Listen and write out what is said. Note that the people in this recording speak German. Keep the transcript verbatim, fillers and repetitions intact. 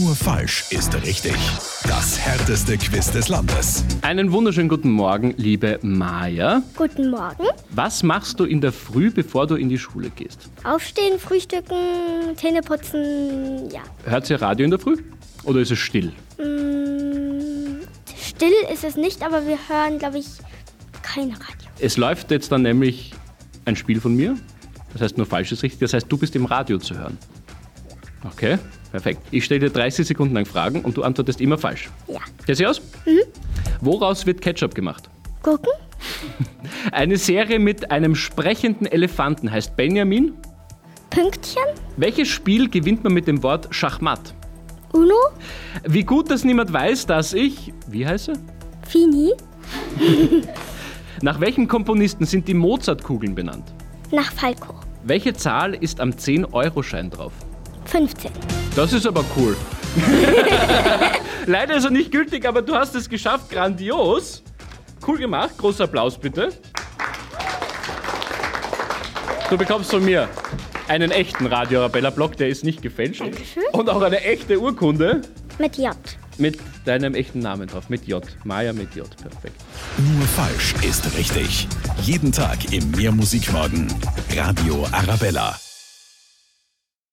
Nur falsch ist richtig. Das härteste Quiz des Landes. Einen wunderschönen guten Morgen, liebe Maja. Guten Morgen. Was machst du in der Früh, bevor du in die Schule gehst? Aufstehen, frühstücken, Zähne putzen, ja. Hört ihr Radio in der Früh? Oder ist es still? Mm, still ist es nicht, aber wir hören, glaube ich, kein Radio. Es läuft jetzt dann nämlich ein Spiel von mir. Das heißt, nur falsch ist richtig. Das heißt, du bist im Radio zu hören. Okay, perfekt. Ich stelle dir dreißig Sekunden lang Fragen und du antwortest immer falsch. Ja. Geht sie aus? Mhm. Woraus wird Ketchup gemacht? Gucken? Eine Serie mit einem sprechenden Elefanten heißt Benjamin. Pünktchen? Welches Spiel gewinnt man mit dem Wort Schachmatt? Uno? Wie gut, dass niemand weiß, dass ich... Wie heiße? Fini? Nach welchem Komponisten sind die Mozart-Kugeln benannt? Nach Falco. Welche Zahl ist am zehn-Euro-Schein drauf? fünfzehn. Das ist aber cool. Leider ist er nicht gültig, aber du hast es geschafft. Grandios. Cool gemacht. Großer Applaus bitte. Du bekommst von mir einen echten Radio Arabella Block, der ist nicht gefälscht. Dankeschön. Und auch eine echte Urkunde. Mit J. Mit deinem echten Namen drauf. Mit J. Maja mit J. Perfekt. Nur falsch ist richtig. Jeden Tag im Mehr Musikmorgen. Radio Arabella.